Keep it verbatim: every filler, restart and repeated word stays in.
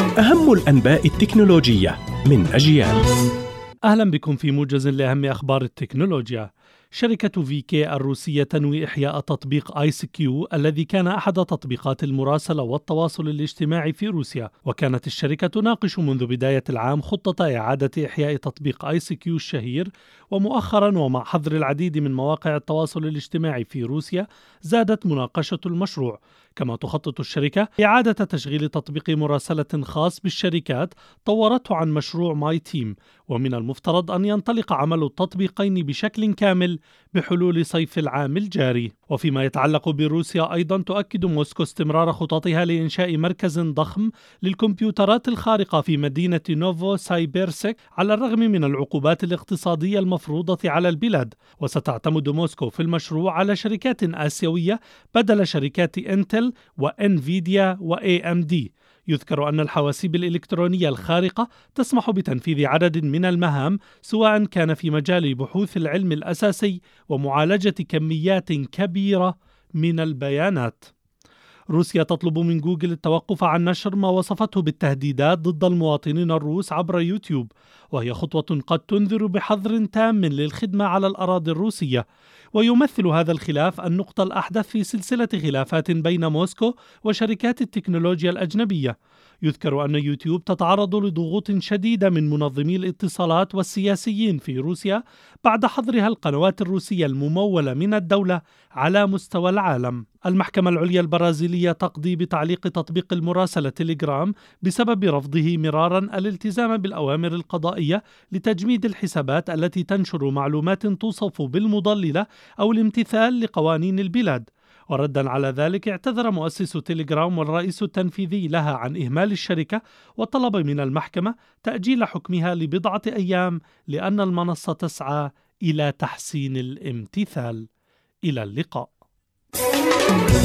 أهم الأنباء التكنولوجية من أجيال. أهلا بكم في موجز لأهم أخبار التكنولوجيا. شركة فيكي الروسية تنوي إحياء تطبيق آي سي كيو الذي كان أحد تطبيقات المراسلة والتواصل الاجتماعي في روسيا، وكانت الشركة تناقش منذ بداية العام خطة إعادة إحياء تطبيق آي سي كيو الشهير. ومؤخرا ومع حظر العديد من مواقع التواصل الاجتماعي في روسيا زادت مناقشة المشروع، كما تخطط الشركة إعادة تشغيل تطبيق مراسلة خاص بالشركات طورته عن مشروع ماي تيم، ومن المفترض أن ينطلق عمل التطبيقين بشكل كامل بحلول صيف العام الجاري. وفيما يتعلق بروسيا أيضا تؤكد موسكو استمرار خططها لإنشاء مركز ضخم للكمبيوترات الخارقة في مدينة نوفو سايبيرسك على الرغم من العقوبات الاقتصادية المفروضة على البلاد، وستعتمد موسكو في المشروع على شركات آسيوية بدل شركات انتل وانفيديا واي ام دي. يذكر أن الحواسيب الإلكترونية الخارقة تسمح بتنفيذ عدد من المهام سواء كان في مجال بحوث العلم الأساسي ومعالجة كميات كبيرة من البيانات. روسيا تطلب من جوجل التوقف عن نشر ما وصفته بالتهديدات ضد المواطنين الروس عبر يوتيوب، وهي خطوة قد تنذر بحظر تام للخدمة على الأراضي الروسية. ويمثل هذا الخلاف النقطة الأحدث في سلسلة خلافات بين موسكو وشركات التكنولوجيا الأجنبية. يذكر أن يوتيوب تتعرض لضغوط شديدة من منظمي الاتصالات والسياسيين في روسيا بعد حظرها القنوات الروسية الممولة من الدولة على مستوى العالم. المحكمة العليا البرازيلية تقضي بتعليق تطبيق المراسلة تيليجرام بسبب رفضه مرارا الالتزام بالأوامر القضائية لتجميد الحسابات التي تنشر معلومات توصف بالمضللة أو الامتثال لقوانين البلاد. وردا على ذلك اعتذر مؤسس تيليجرام والرئيس التنفيذي لها عن إهمال الشركة، وطلب من المحكمة تأجيل حكمها لبضعة أيام لأن المنصة تسعى إلى تحسين الامتثال. إلى اللقاء.